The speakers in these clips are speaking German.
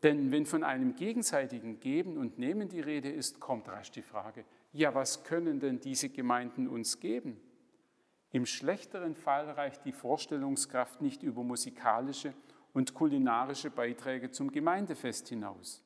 Denn wenn von einem gegenseitigen Geben und Nehmen die Rede ist, kommt rasch die Frage, ja, was können denn diese Gemeinden uns geben? Im schlechteren Fall reicht die Vorstellungskraft nicht über musikalische und kulinarische Beiträge zum Gemeindefest hinaus.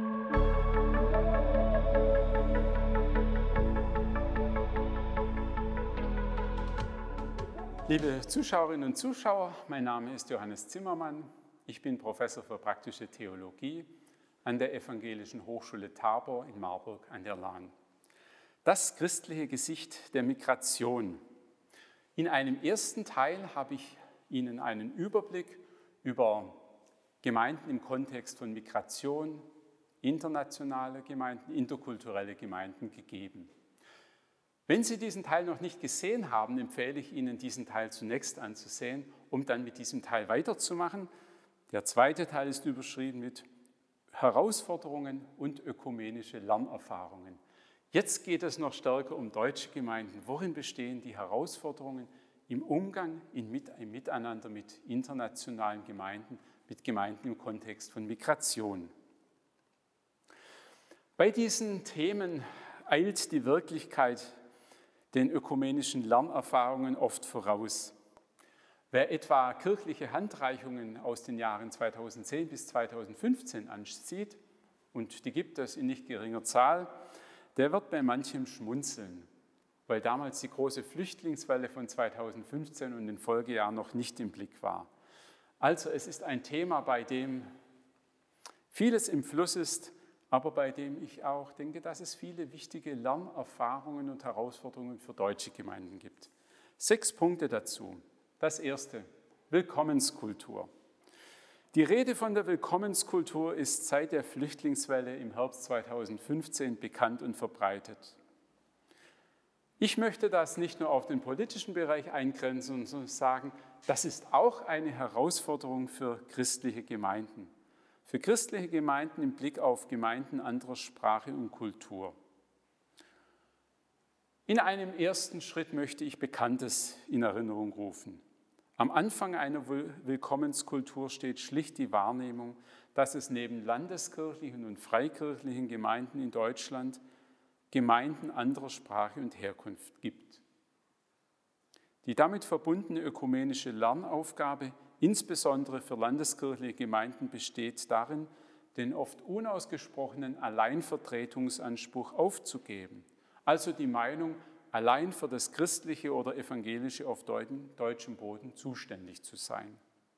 Liebe Zuschauerinnen und Zuschauer, mein Name ist Johannes Zimmermann. Ich bin Professor für praktische Theologie an der Evangelischen Hochschule Tabor in Marburg an der Lahn. Das christliche Gesicht der Migration. In einem ersten Teil habe ich Ihnen einen Überblick über Gemeinden im Kontext von Migration, internationale Gemeinden, interkulturelle Gemeinden gegeben. Wenn Sie diesen Teil noch nicht gesehen haben, empfehle ich Ihnen, diesen Teil zunächst anzusehen, um dann mit diesem Teil weiterzumachen. Der zweite Teil ist überschrieben mit Herausforderungen und ökumenische Lernerfahrungen. Jetzt geht es noch stärker um deutsche Gemeinden. Worin bestehen die Herausforderungen im Umgang, im Miteinander mit internationalen Gemeinden, mit Gemeinden im Kontext von Migration? Bei diesen Themen eilt die Wirklichkeit den ökumenischen Lernerfahrungen oft voraus. Wer etwa kirchliche Handreichungen aus den Jahren 2010 bis 2015 ansieht, und die gibt es in nicht geringer Zahl, der wird bei manchem schmunzeln, weil damals die große Flüchtlingswelle von 2015 und den Folgejahren noch nicht im Blick war. Also es ist ein Thema, bei dem vieles im Fluss ist, aber bei dem ich auch denke, dass es viele wichtige Lernerfahrungen und Herausforderungen für deutsche Gemeinden gibt. 6 Punkte dazu. Das erste, Willkommenskultur. Die Rede von der Willkommenskultur ist seit der Flüchtlingswelle im Herbst 2015 bekannt und verbreitet. Ich möchte das nicht nur auf den politischen Bereich eingrenzen, sondern sagen, das ist auch eine Herausforderung für christliche Gemeinden. Für christliche Gemeinden im Blick auf Gemeinden anderer Sprache und Kultur. In einem ersten Schritt möchte ich Bekanntes in Erinnerung rufen. Am Anfang einer Willkommenskultur steht schlicht die Wahrnehmung, dass es neben landeskirchlichen und freikirchlichen Gemeinden in Deutschland Gemeinden anderer Sprache und Herkunft gibt. Die damit verbundene ökumenische Lernaufgabe, insbesondere für landeskirchliche Gemeinden, besteht darin, den oft unausgesprochenen Alleinvertretungsanspruch aufzugeben, also die Meinung, allein für das Christliche oder Evangelische auf deutschem Boden zuständig zu sein.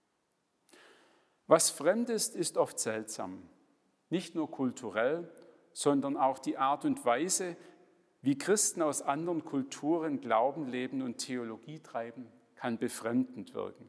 Was fremd ist, ist oft seltsam, nicht nur kulturell, sondern auch die Art und Weise, wie Christen aus anderen Kulturen Glauben, Leben und Theologie treiben, kann befremdend wirken.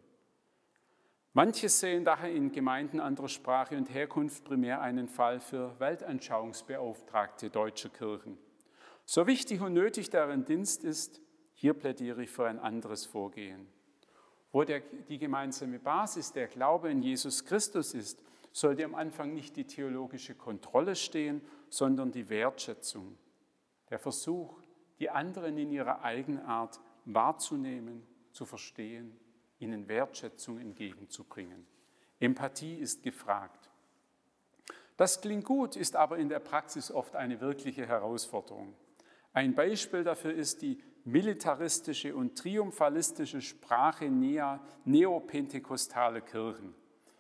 Manche sehen daher in Gemeinden anderer Sprache und Herkunft primär einen Fall für Weltanschauungsbeauftragte deutscher Kirchen. So wichtig und nötig deren Dienst ist, hier plädiere ich für ein anderes Vorgehen. Wo die gemeinsame Basis der Glaube in Jesus Christus ist, sollte am Anfang nicht die theologische Kontrolle stehen, sondern die Wertschätzung. Der Versuch, die anderen in ihrer Eigenart wahrzunehmen, zu verstehen, ihnen Wertschätzung entgegenzubringen. Empathie ist gefragt. Das klingt gut, ist aber in der Praxis oft eine wirkliche Herausforderung. Ein Beispiel dafür ist die militaristische und triumphalistische Sprache neopentekostale Kirchen.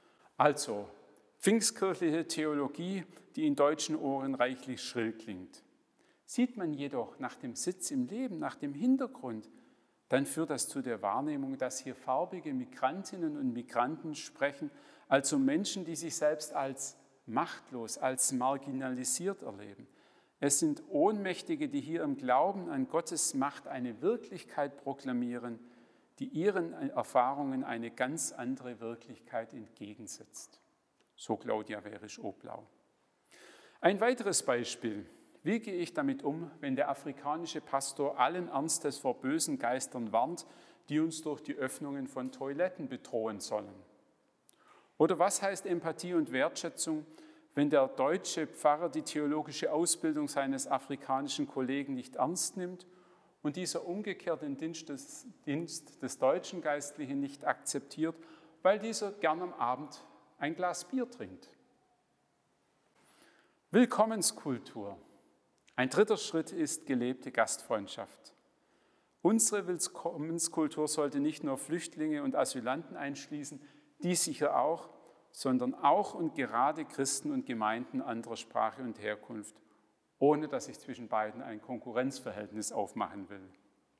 Also pfingstkirchliche Theologie, die in deutschen Ohren reichlich schrill klingt. Sieht man jedoch nach dem Sitz im Leben, nach dem Hintergrund, dann führt das zu der Wahrnehmung, dass hier farbige Migrantinnen und Migranten sprechen, also Menschen, die sich selbst als machtlos, als marginalisiert erleben. Es sind Ohnmächtige, die hier im Glauben an Gottes Macht eine Wirklichkeit proklamieren, die ihren Erfahrungen eine ganz andere Wirklichkeit entgegensetzt. So Claudia Werisch-Oblau. Ein weiteres Beispiel. Wie gehe ich damit um, wenn der afrikanische Pastor allen Ernstes vor bösen Geistern warnt, die uns durch die Öffnungen von Toiletten bedrohen sollen? Oder was heißt Empathie und Wertschätzung, wenn der deutsche Pfarrer die theologische Ausbildung seines afrikanischen Kollegen nicht ernst nimmt und dieser umgekehrt den Dienst des deutschen Geistlichen nicht akzeptiert, weil dieser gern am Abend ein Glas Bier trinkt? Willkommenskultur. Ein dritter Schritt ist gelebte Gastfreundschaft. Unsere Willkommenskultur sollte nicht nur Flüchtlinge und Asylanten einschließen, die sicher auch, sondern auch und gerade Christen und Gemeinden anderer Sprache und Herkunft, ohne dass ich zwischen beiden ein Konkurrenzverhältnis aufmachen will.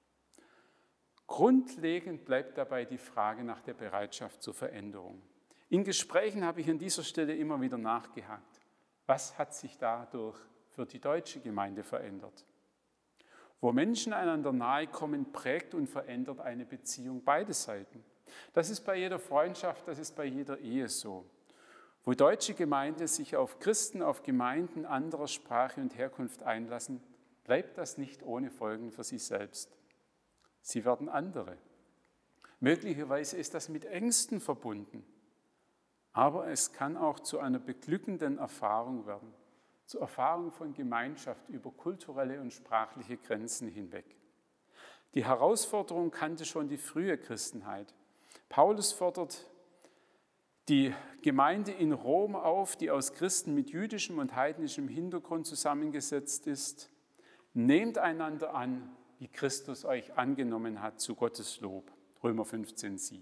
Grundlegend bleibt dabei die Frage nach der Bereitschaft zur Veränderung. In Gesprächen habe ich an dieser Stelle immer wieder nachgehakt. Was hat sich dadurch für die deutsche Gemeinde verändert? Wo Menschen einander nahe kommen, prägt und verändert eine Beziehung beide Seiten. Das ist bei jeder Freundschaft, das ist bei jeder Ehe so. Wo deutsche Gemeinden sich auf Christen, auf Gemeinden anderer Sprache und Herkunft einlassen, bleibt das nicht ohne Folgen für sie selbst. Sie werden andere. Möglicherweise ist das mit Ängsten verbunden, aber es kann auch zu einer beglückenden Erfahrung werden, zur Erfahrung von Gemeinschaft über kulturelle und sprachliche Grenzen hinweg. Die Herausforderung kannte schon die frühe Christenheit. Paulus fordert die Gemeinde in Rom auf, die aus Christen mit jüdischem und heidnischem Hintergrund zusammengesetzt ist. Nehmt einander an, wie Christus euch angenommen hat, zu Gottes Lob. Römer 15,7.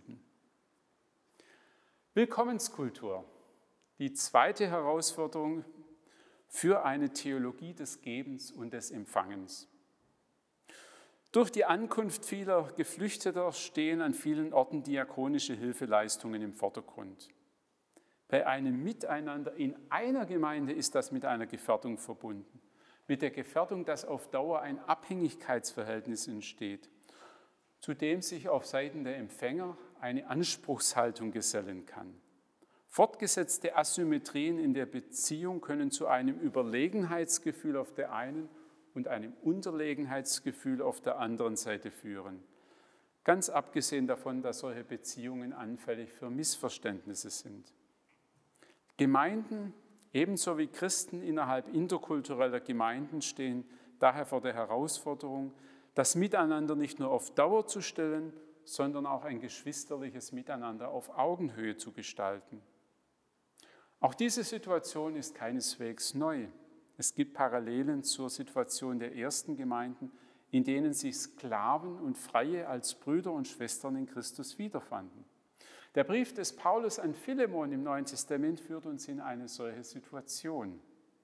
Willkommenskultur. Die zweite Herausforderung für eine Theologie des Gebens und des Empfangens. Durch die Ankunft vieler Geflüchteter stehen an vielen Orten diakonische Hilfeleistungen im Vordergrund. Bei einem Miteinander in einer Gemeinde ist das mit einer Gefährdung verbunden. Mit der Gefährdung, dass auf Dauer ein Abhängigkeitsverhältnis entsteht, zu dem sich auf Seiten der Empfänger eine Anspruchshaltung gesellen kann. Fortgesetzte Asymmetrien in der Beziehung können zu einem Überlegenheitsgefühl auf der einen und einem Unterlegenheitsgefühl auf der anderen Seite führen. Ganz abgesehen davon, dass solche Beziehungen anfällig für Missverständnisse sind. Gemeinden, ebenso wie Christen innerhalb interkultureller Gemeinden, stehen daher vor der Herausforderung, das Miteinander nicht nur auf Dauer zu stellen, sondern auch ein geschwisterliches Miteinander auf Augenhöhe zu gestalten. Auch diese Situation ist keineswegs neu. Es gibt Parallelen zur Situation der ersten Gemeinden, in denen sich Sklaven und Freie als Brüder und Schwestern in Christus wiederfanden. Der Brief des Paulus an Philemon im Neuen Testament führt uns in eine solche Situation.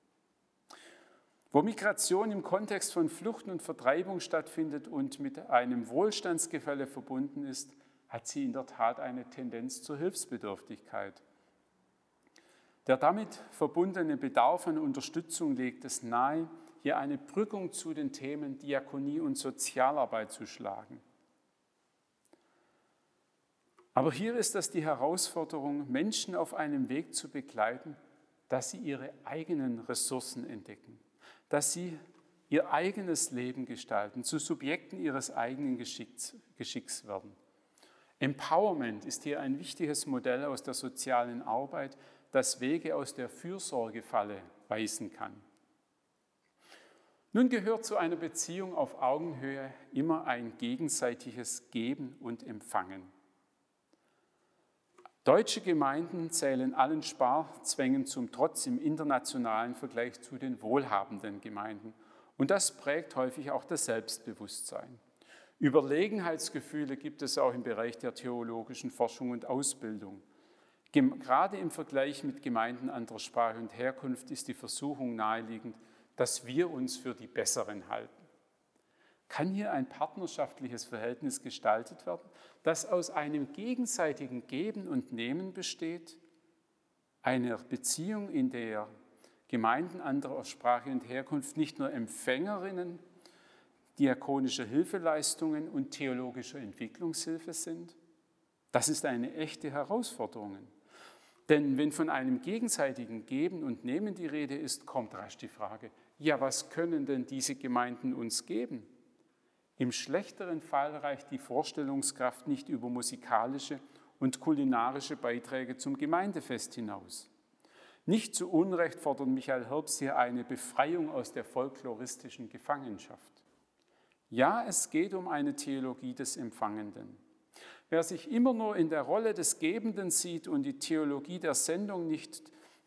Wo Migration im Kontext von Flucht und Vertreibung stattfindet und mit einem Wohlstandsgefälle verbunden ist, hat sie in der Tat eine Tendenz zur Hilfsbedürftigkeit. Der damit verbundene Bedarf an Unterstützung legt es nahe, hier eine Brückung zu den Themen Diakonie und Sozialarbeit zu schlagen. Aber hier ist das die Herausforderung, Menschen auf einem Weg zu begleiten, dass sie ihre eigenen Ressourcen entdecken, dass sie ihr eigenes Leben gestalten, zu Subjekten ihres eigenen Geschicks werden. Empowerment ist hier ein wichtiges Modell aus der sozialen Arbeit, das Wege aus der Fürsorgefalle weisen kann. Nun gehört zu einer Beziehung auf Augenhöhe immer ein gegenseitiges Geben und Empfangen. Deutsche Gemeinden zählen allen Sparzwängen zum Trotz im internationalen Vergleich zu den wohlhabenden Gemeinden. Und das prägt häufig auch das Selbstbewusstsein. Überlegenheitsgefühle gibt es auch im Bereich der theologischen Forschung und Ausbildung. Gerade im Vergleich mit Gemeinden anderer Sprache und Herkunft ist die Versuchung naheliegend, dass wir uns für die Besseren halten. Kann hier ein partnerschaftliches Verhältnis gestaltet werden, das aus einem gegenseitigen Geben und Nehmen besteht, einer Beziehung, in der Gemeinden anderer Sprache und Herkunft nicht nur Empfängerinnen diakonischer Hilfeleistungen und theologischer Entwicklungshilfe sind? Das ist eine echte Herausforderung. Denn wenn von einem gegenseitigen Geben und Nehmen die Rede ist, kommt rasch die Frage, ja, was können denn diese Gemeinden uns geben? Im schlechteren Fall reicht die Vorstellungskraft nicht über musikalische und kulinarische Beiträge zum Gemeindefest hinaus. Nicht zu Unrecht fordert Michael Herbst hier eine Befreiung aus der folkloristischen Gefangenschaft. Ja, es geht um eine Theologie des Empfangenden. Wer sich immer nur in der Rolle des Gebenden sieht und die Theologie der Sendung nicht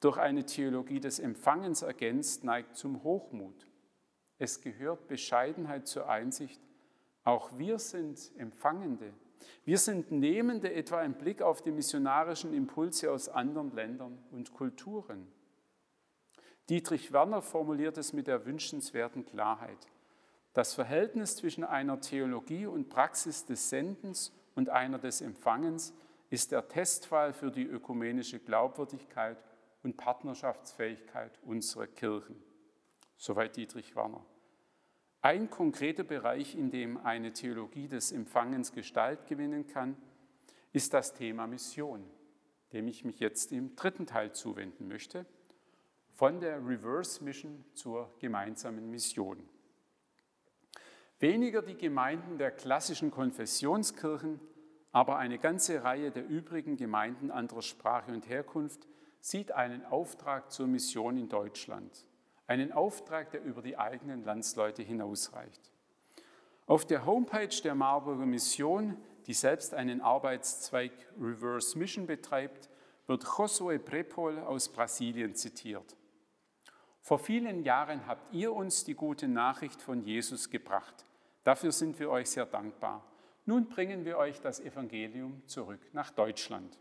durch eine Theologie des Empfangens ergänzt, neigt zum Hochmut. Es gehört Bescheidenheit zur Einsicht. Auch wir sind Empfangende. Wir sind Nehmende, etwa im Blick auf die missionarischen Impulse aus anderen Ländern und Kulturen. Dietrich Werner formuliert es mit der wünschenswerten Klarheit. Das Verhältnis zwischen einer Theologie und Praxis des Sendens und einer des Empfangens ist der Testfall für die ökumenische Glaubwürdigkeit und Partnerschaftsfähigkeit unserer Kirchen. Soweit Dietrich Werner. Ein konkreter Bereich, in dem eine Theologie des Empfangens Gestalt gewinnen kann, ist das Thema Mission, dem ich mich jetzt im dritten Teil zuwenden möchte, von der Reverse Mission zur gemeinsamen Mission. Weniger die Gemeinden der klassischen Konfessionskirchen, aber eine ganze Reihe der übrigen Gemeinden anderer Sprache und Herkunft sieht einen Auftrag zur Mission in Deutschland. Einen Auftrag, der über die eigenen Landsleute hinausreicht. Auf der Homepage der Marburger Mission, die selbst einen Arbeitszweig Reverse Mission betreibt, wird Josué Prepol aus Brasilien zitiert. Vor vielen Jahren habt ihr uns die gute Nachricht von Jesus gebracht. Dafür sind wir euch sehr dankbar. Nun bringen wir euch das Evangelium zurück nach Deutschland.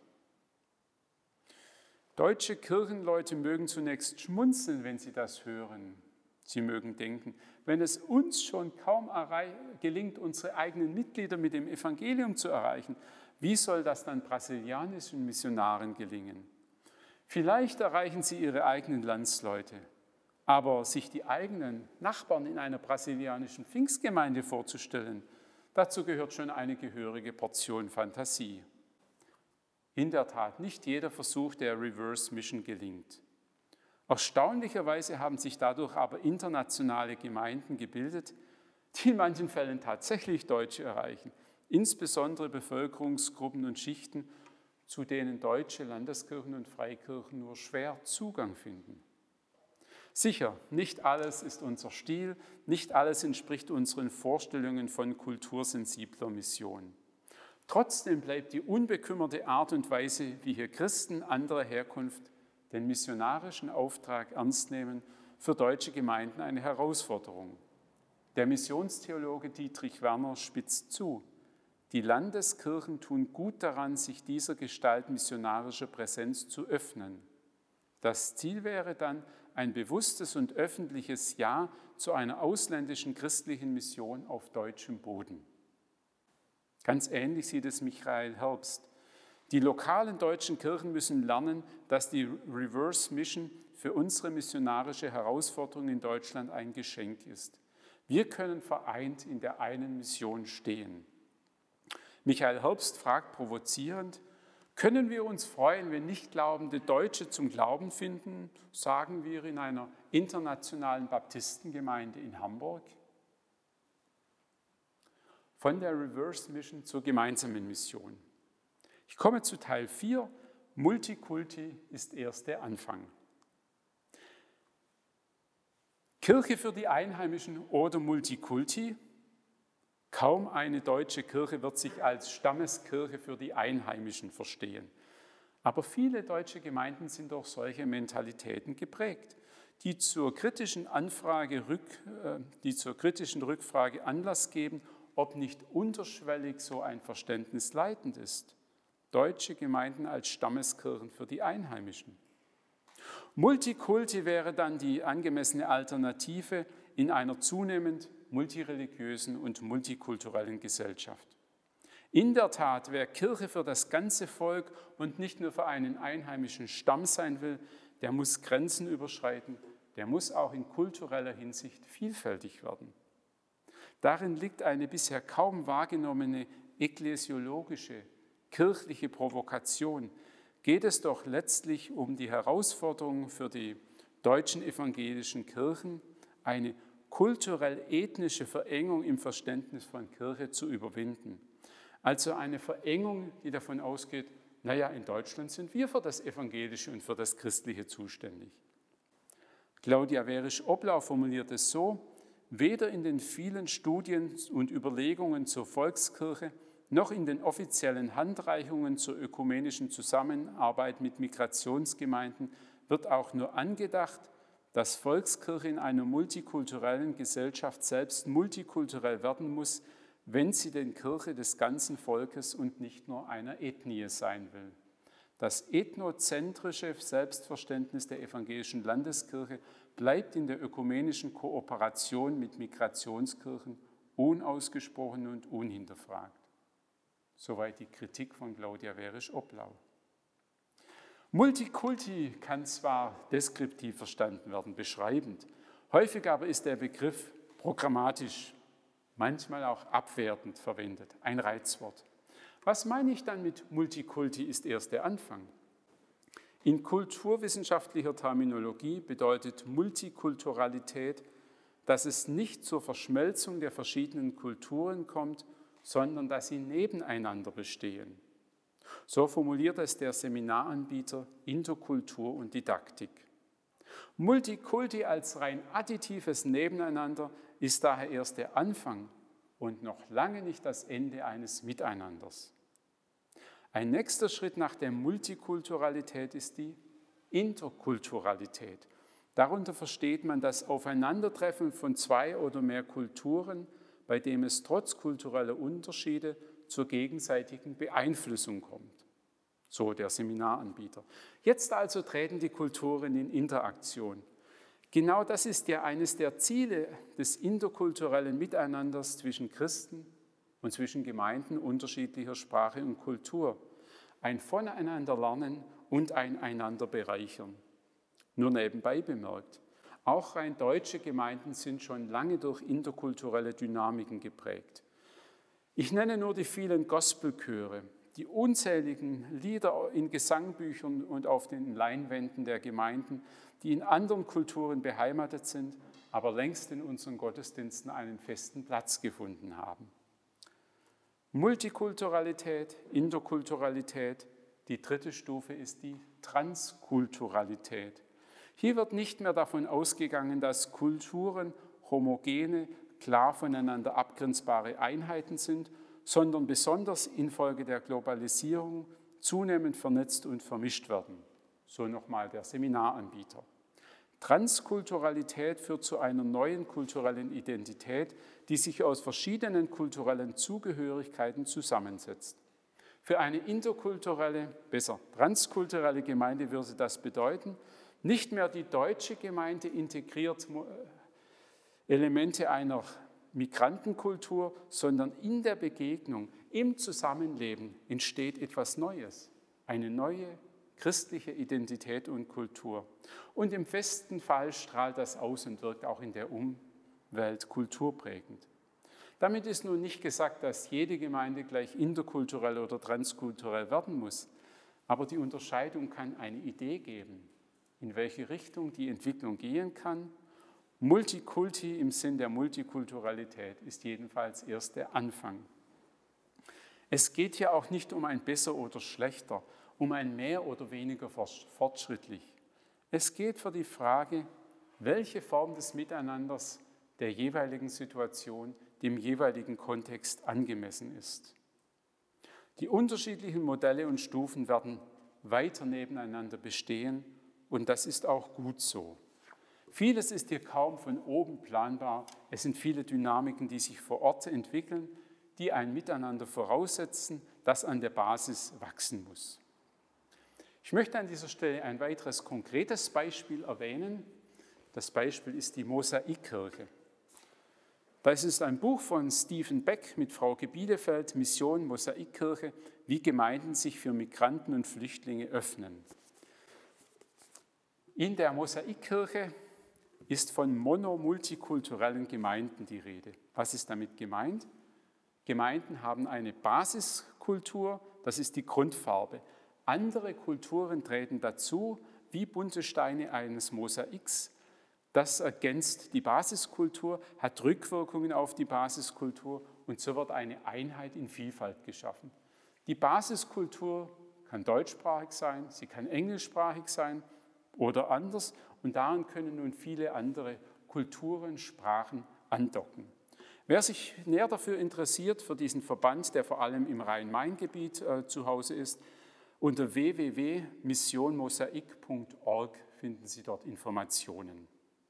Deutsche Kirchenleute mögen zunächst schmunzeln, wenn sie das hören. Sie mögen denken, wenn es uns schon kaum gelingt, unsere eigenen Mitglieder mit dem Evangelium zu erreichen, wie soll das dann brasilianischen Missionaren gelingen? Vielleicht erreichen sie ihre eigenen Landsleute, aber sich die eigenen Nachbarn in einer brasilianischen Pfingstgemeinde vorzustellen, dazu gehört schon eine gehörige Portion Fantasie. In der Tat, nicht jeder Versuch der Reverse Mission gelingt. Erstaunlicherweise haben sich dadurch aber internationale Gemeinden gebildet, die in manchen Fällen tatsächlich Deutsche erreichen, insbesondere Bevölkerungsgruppen und Schichten, zu denen deutsche Landeskirchen und Freikirchen nur schwer Zugang finden. Sicher, nicht alles ist unser Stil, nicht alles entspricht unseren Vorstellungen von kultursensibler Mission. Trotzdem bleibt die unbekümmerte Art und Weise, wie hier Christen anderer Herkunft den missionarischen Auftrag ernst nehmen, für deutsche Gemeinden eine Herausforderung. Der Missionstheologe Dietrich Werner spitzt zu. Die Landeskirchen tun gut daran, sich dieser Gestalt missionarischer Präsenz zu öffnen. Das Ziel wäre dann ein bewusstes und öffentliches Ja zu einer ausländischen christlichen Mission auf deutschem Boden. Ganz ähnlich sieht es Michael Herbst. Die lokalen deutschen Kirchen müssen lernen, dass die Reverse Mission für unsere missionarische Herausforderung in Deutschland ein Geschenk ist. Wir können vereint in der einen Mission stehen. Michael Herbst fragt provozierend, können wir uns freuen, wenn nichtglaubende Deutsche zum Glauben finden, sagen wir in einer internationalen Baptistengemeinde in Hamburg? Von der Reverse Mission zur gemeinsamen Mission. Ich komme zu Teil 4. Multikulti ist erst der Anfang. Kirche für die Einheimischen oder Multikulti? Kaum eine deutsche Kirche wird sich als Stammeskirche für die Einheimischen verstehen. Aber viele deutsche Gemeinden sind durch solche Mentalitäten geprägt, die zur kritischen Rückfrage Anlass geben, ob nicht unterschwellig so ein Verständnis leitend ist. Deutsche Gemeinden als Stammeskirchen für die Einheimischen. Multikulti wäre dann die angemessene Alternative in einer zunehmend multireligiösen und multikulturellen Gesellschaft. In der Tat, wer Kirche für das ganze Volk und nicht nur für einen einheimischen Stamm sein will, der muss Grenzen überschreiten, der muss auch in kultureller Hinsicht vielfältig werden. Darin liegt eine bisher kaum wahrgenommene ekklesiologische, kirchliche Provokation. Geht es doch letztlich um die Herausforderung für die deutschen evangelischen Kirchen, eine kulturell-ethnische Verengung im Verständnis von Kirche zu überwinden. Also eine Verengung, die davon ausgeht, naja, in Deutschland sind wir für das Evangelische und für das Christliche zuständig. Claudia Werisch-Oblau formuliert es so: Weder in den vielen Studien und Überlegungen zur Volkskirche noch in den offiziellen Handreichungen zur ökumenischen Zusammenarbeit mit Migrationsgemeinden wird auch nur angedacht, dass Volkskirche in einer multikulturellen Gesellschaft selbst multikulturell werden muss, wenn sie denn Kirche des ganzen Volkes und nicht nur einer Ethnie sein will. Das ethnozentrische Selbstverständnis der evangelischen Landeskirche bleibt in der ökumenischen Kooperation mit Migrationskirchen unausgesprochen und unhinterfragt. Soweit die Kritik von Claudia Werisch-Oblau. Multikulti kann zwar deskriptiv verstanden werden, beschreibend, häufig aber ist der Begriff programmatisch, manchmal auch abwertend verwendet, ein Reizwort. Was meine ich dann mit Multikulti ist erst der Anfang? In kulturwissenschaftlicher Terminologie bedeutet Multikulturalität, dass es nicht zur Verschmelzung der verschiedenen Kulturen kommt, sondern dass sie nebeneinander bestehen. So formuliert es der Seminaranbieter Interkultur und Didaktik. Multikulti als rein additives Nebeneinander ist daher erst der Anfang und noch lange nicht das Ende eines Miteinanders. Ein nächster Schritt nach der Multikulturalität ist die Interkulturalität. Darunter versteht man das Aufeinandertreffen von zwei oder mehr Kulturen, bei dem es trotz kultureller Unterschiede zur gegenseitigen Beeinflussung kommt. So der Seminaranbieter. Jetzt also treten die Kulturen in Interaktion. Genau das ist ja eines der Ziele des interkulturellen Miteinanders zwischen Christen und zwischen Gemeinden unterschiedlicher Sprache und Kultur. Ein Voneinander lernen und ein einander bereichern. Nur nebenbei bemerkt, auch rein deutsche Gemeinden sind schon lange durch interkulturelle Dynamiken geprägt. Ich nenne nur die vielen Gospelchöre, die unzähligen Lieder in Gesangbüchern und auf den Leinwänden der Gemeinden, die in anderen Kulturen beheimatet sind, aber längst in unseren Gottesdiensten einen festen Platz gefunden haben. Multikulturalität, Interkulturalität, die dritte Stufe ist die Transkulturalität. Hier wird nicht mehr davon ausgegangen, dass Kulturen homogene, klar voneinander abgrenzbare Einheiten sind, sondern besonders infolge der Globalisierung zunehmend vernetzt und vermischt werden. So nochmal der Seminaranbieter. Transkulturalität führt zu einer neuen kulturellen Identität, die sich aus verschiedenen kulturellen Zugehörigkeiten zusammensetzt. Für eine interkulturelle, besser transkulturelle Gemeinde würde das bedeuten, nicht mehr die deutsche Gemeinde integriert Elemente einer Migrantenkultur, sondern in der Begegnung, im Zusammenleben entsteht etwas Neues, eine neue christliche Identität und Kultur. Und im besten Fall strahlt das aus und wirkt auch in der Umwelt kulturprägend. Damit ist nun nicht gesagt, dass jede Gemeinde gleich interkulturell oder transkulturell werden muss, aber die Unterscheidung kann eine Idee geben, in welche Richtung die Entwicklung gehen kann. Multikulti im Sinn der Multikulturalität ist jedenfalls erst der Anfang. Es geht hier auch nicht um ein besser oder schlechter, um ein mehr oder weniger fortschrittlich. Es geht für die Frage, welche Form des Miteinanders der jeweiligen Situation, dem jeweiligen Kontext angemessen ist. Die unterschiedlichen Modelle und Stufen werden weiter nebeneinander bestehen und das ist auch gut so. Vieles ist hier kaum von oben planbar. Es sind viele Dynamiken, die sich vor Ort entwickeln, die ein Miteinander voraussetzen, das an der Basis wachsen muss. Ich möchte an dieser Stelle ein weiteres konkretes Beispiel erwähnen. Das Beispiel ist die Mosaikkirche. Das ist ein Buch von Stephen Beck mit Frauke Bielefeld, Mission Mosaikkirche, wie Gemeinden sich für Migranten und Flüchtlinge öffnen. In der Mosaikkirche ist von monomultikulturellen Gemeinden die Rede. Was ist damit gemeint? Gemeinden haben eine Basiskultur, das ist die Grundfarbe. Andere Kulturen treten dazu, wie bunte Steine eines Mosaiks. Das ergänzt die Basiskultur, hat Rückwirkungen auf die Basiskultur und so wird eine Einheit in Vielfalt geschaffen. Die Basiskultur kann deutschsprachig sein, sie kann englischsprachig sein oder anders und daran können nun viele andere Kulturen, Sprachen andocken. Wer sich näher dafür interessiert, für diesen Verband, der vor allem im Rhein-Main-Gebiet zu Hause ist, unter www.missionmosaik.org finden Sie dort Informationen.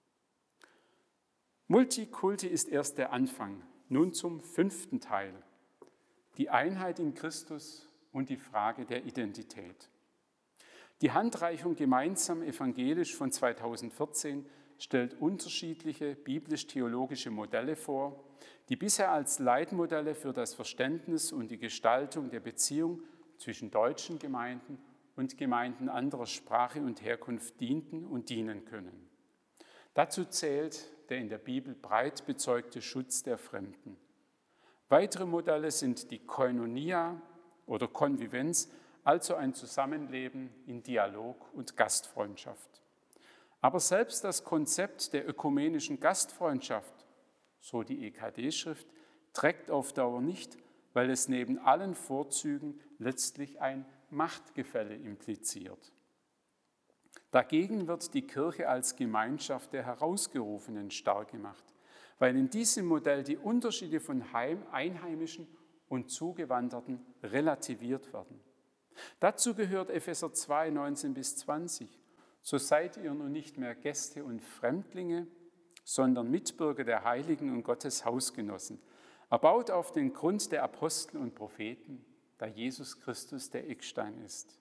Multikulti ist erst der Anfang. Nun zum 5. Teil. Die Einheit in Christus und die Frage der Identität. Die Handreichung Gemeinsam evangelisch von 2014 stellt unterschiedliche biblisch-theologische Modelle vor, die bisher als Leitmodelle für das Verständnis und die Gestaltung der Beziehung zwischen deutschen Gemeinden und Gemeinden anderer Sprache und Herkunft dienten und dienen können. Dazu zählt der in der Bibel breit bezeugte Schutz der Fremden. Weitere Modelle sind die Koinonia oder Konvivenz, also ein Zusammenleben in Dialog und Gastfreundschaft. Aber selbst das Konzept der ökumenischen Gastfreundschaft, so die EKD-Schrift, trägt auf Dauer nicht, weil es neben allen Vorzügen letztlich ein Machtgefälle impliziert. Dagegen wird die Kirche als Gemeinschaft der Herausgerufenen stark gemacht, weil in diesem Modell die Unterschiede von Einheimischen und Zugewanderten relativiert werden. Dazu gehört Epheser 2, 19-20. So seid ihr nun nicht mehr Gäste und Fremdlinge, sondern Mitbürger der Heiligen und Gottes Hausgenossen, erbaut auf den Grund der Apostel und Propheten, da Jesus Christus der Eckstein ist.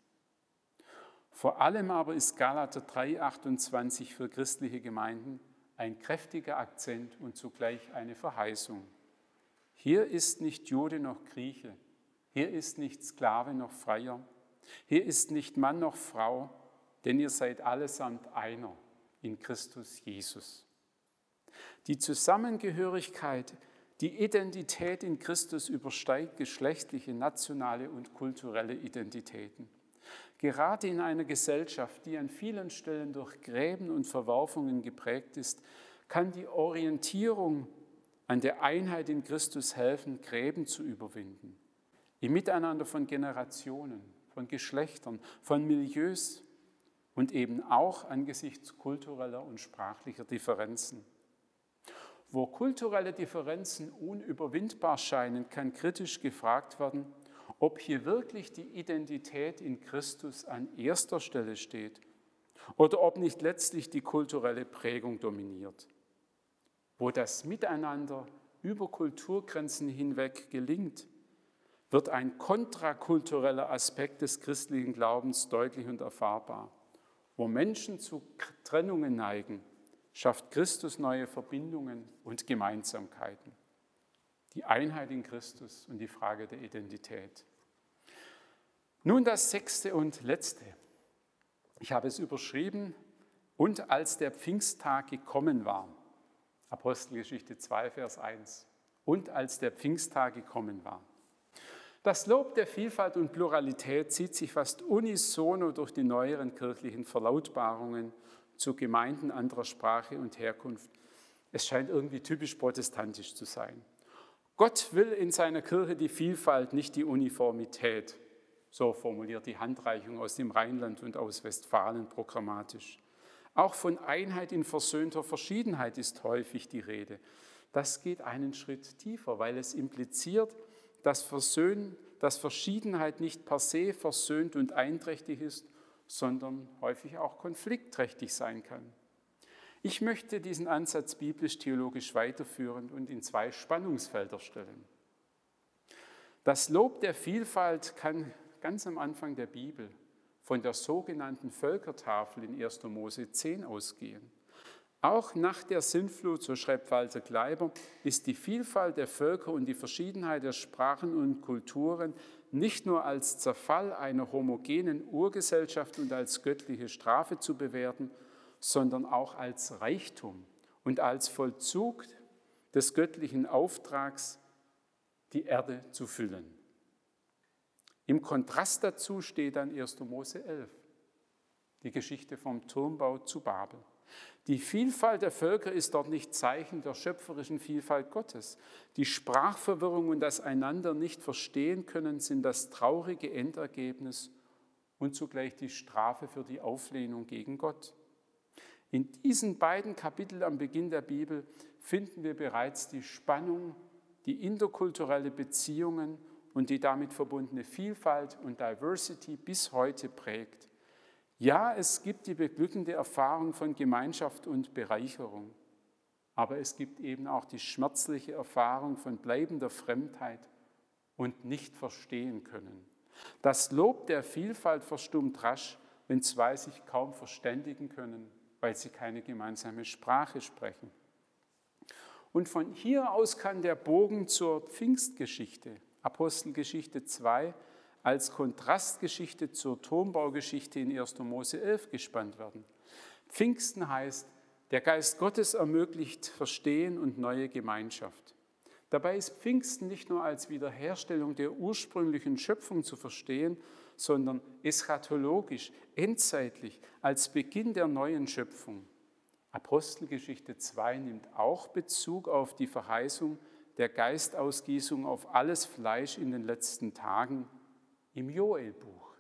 Vor allem aber ist Galater 3,28 für christliche Gemeinden ein kräftiger Akzent und zugleich eine Verheißung. Hier ist nicht Jude noch Grieche, hier ist nicht Sklave noch Freier, hier ist nicht Mann noch Frau, denn ihr seid allesamt einer in Christus Jesus. Die Zusammengehörigkeit, die Identität in Christus übersteigt geschlechtliche, nationale und kulturelle Identitäten. Gerade in einer Gesellschaft, die an vielen Stellen durch Gräben und Verwerfungen geprägt ist, kann die Orientierung an der Einheit in Christus helfen, Gräben zu überwinden. Im Miteinander von Generationen, von Geschlechtern, von Milieus und eben auch angesichts kultureller und sprachlicher Differenzen. Wo kulturelle Differenzen unüberwindbar scheinen, kann kritisch gefragt werden, ob hier wirklich die Identität in Christus an erster Stelle steht oder ob nicht letztlich die kulturelle Prägung dominiert. Wo das Miteinander über Kulturgrenzen hinweg gelingt, wird ein kontrakultureller Aspekt des christlichen Glaubens deutlich und erfahrbar. Wo Menschen zu Trennungen neigen, schafft Christus neue Verbindungen und Gemeinsamkeiten. Die Einheit in Christus und die Frage der Identität. Nun das 6. und letzte. Ich habe es überschrieben, und als der Pfingsttag gekommen war. Apostelgeschichte 2, Vers 1. Und als der Pfingsttag gekommen war. Das Lob der Vielfalt und Pluralität zieht sich fast unisono durch die neueren kirchlichen Verlautbarungen zu Gemeinden anderer Sprache und Herkunft. Es scheint irgendwie typisch protestantisch zu sein. Gott will in seiner Kirche die Vielfalt, nicht die Uniformität. So formuliert die Handreichung aus dem Rheinland und aus Westfalen programmatisch. Auch von Einheit in versöhnter Verschiedenheit ist häufig die Rede. Das geht einen Schritt tiefer, weil es impliziert, dass Verschiedenheit nicht per se versöhnt und einträchtig ist, sondern häufig auch konfliktträchtig sein kann. Ich möchte diesen Ansatz biblisch-theologisch weiterführen und in 2 Spannungsfelder stellen. Das Lob der Vielfalt kann ganz am Anfang der Bibel von der sogenannten Völkertafel in 1. Mose 10 ausgehen. Auch nach der Sintflut, so schreibt Walter Kleiber, ist die Vielfalt der Völker und die Verschiedenheit der Sprachen und Kulturen nicht nur als Zerfall einer homogenen Urgesellschaft und als göttliche Strafe zu bewerten, sondern auch als Reichtum und als Vollzug des göttlichen Auftrags, die Erde zu füllen. Im Kontrast dazu steht dann 1. Mose 11, die Geschichte vom Turmbau zu Babel. Die Vielfalt der Völker ist dort nicht Zeichen der schöpferischen Vielfalt Gottes. Die Sprachverwirrung und das einander nicht verstehen können sind das traurige Endergebnis und zugleich die Strafe für die Auflehnung gegen Gott. In diesen beiden Kapiteln am Beginn der Bibel finden wir bereits die Spannung, die interkulturelle Beziehungen und die damit verbundene Vielfalt und Diversity bis heute prägt. Ja, es gibt die beglückende Erfahrung von Gemeinschaft und Bereicherung, aber es gibt eben auch die schmerzliche Erfahrung von bleibender Fremdheit und nicht verstehen können. Das Lob der Vielfalt verstummt rasch, wenn zwei sich kaum verständigen können, weil sie keine gemeinsame Sprache sprechen. Und von hier aus kann der Bogen zur Pfingstgeschichte, Apostelgeschichte 2, als Kontrastgeschichte zur Turmbaugeschichte in 1. Mose 11 gespannt werden. Pfingsten heißt, der Geist Gottes ermöglicht Verstehen und neue Gemeinschaft. Dabei ist Pfingsten nicht nur als Wiederherstellung der ursprünglichen Schöpfung zu verstehen, sondern eschatologisch, endzeitlich, als Beginn der neuen Schöpfung. Apostelgeschichte 2 nimmt auch Bezug auf die Verheißung der Geistausgießung auf alles Fleisch in den letzten Tagen im Joelbuch.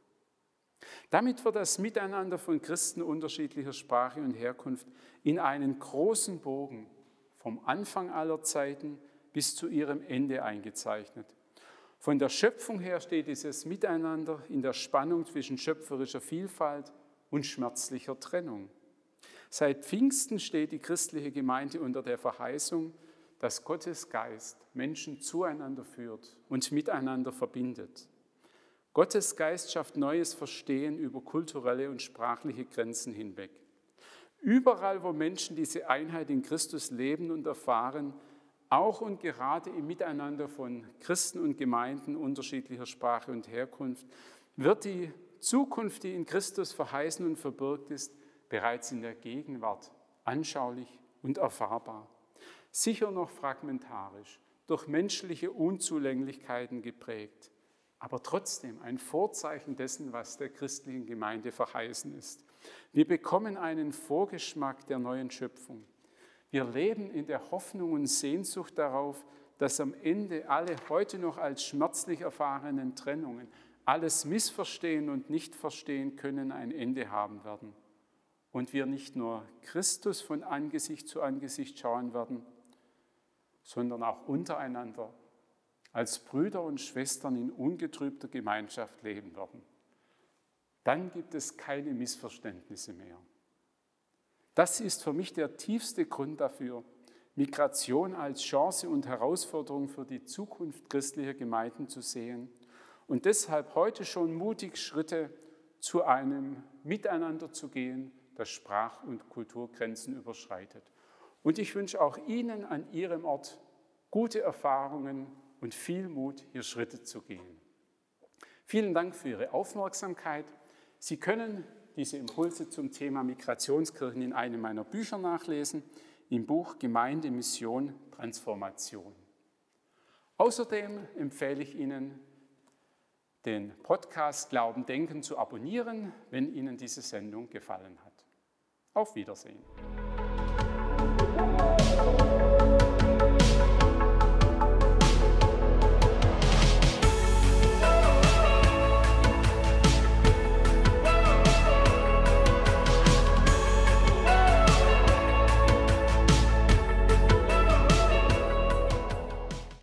Damit wird das Miteinander von Christen unterschiedlicher Sprache und Herkunft in einen großen Bogen vom Anfang aller Zeiten bis zu ihrem Ende eingezeichnet. Von der Schöpfung her steht dieses Miteinander in der Spannung zwischen schöpferischer Vielfalt und schmerzlicher Trennung. Seit Pfingsten steht die christliche Gemeinde unter der Verheißung, dass Gottes Geist Menschen zueinander führt und miteinander verbindet. Gottes Geist schafft neues Verstehen über kulturelle und sprachliche Grenzen hinweg. Überall, wo Menschen diese Einheit in Christus leben und erfahren, auch und gerade im Miteinander von Christen und Gemeinden unterschiedlicher Sprache und Herkunft, wird die Zukunft, die in Christus verheißen und verbirgt ist, bereits in der Gegenwart anschaulich und erfahrbar. Sicher noch fragmentarisch, durch menschliche Unzulänglichkeiten geprägt, aber trotzdem ein Vorzeichen dessen, was der christlichen Gemeinde verheißen ist. Wir bekommen einen Vorgeschmack der neuen Schöpfung. Wir leben in der Hoffnung und Sehnsucht darauf, dass am Ende alle heute noch als schmerzlich erfahrenen Trennungen, alles Missverstehen und Nichtverstehen können ein Ende haben werden. Und wir nicht nur Christus von Angesicht zu Angesicht schauen werden, sondern auch untereinander als Brüder und Schwestern in ungetrübter Gemeinschaft leben werden. Dann gibt es keine Missverständnisse mehr. Das ist für mich der tiefste Grund dafür, Migration als Chance und Herausforderung für die Zukunft christlicher Gemeinden zu sehen und deshalb heute schon mutig Schritte zu einem Miteinander zu gehen, das Sprach- und Kulturgrenzen überschreitet. Und ich wünsche auch Ihnen an Ihrem Ort gute Erfahrungen und viel Mut, hier Schritte zu gehen. Vielen Dank für Ihre Aufmerksamkeit. Sie können diese Impulse zum Thema Migrationskirchen in einem meiner Bücher nachlesen, im Buch Gemeinde, Mission, Transformation. Außerdem empfehle ich Ihnen, den Podcast Glauben, Denken zu abonnieren, wenn Ihnen diese Sendung gefallen hat. Auf Wiedersehen.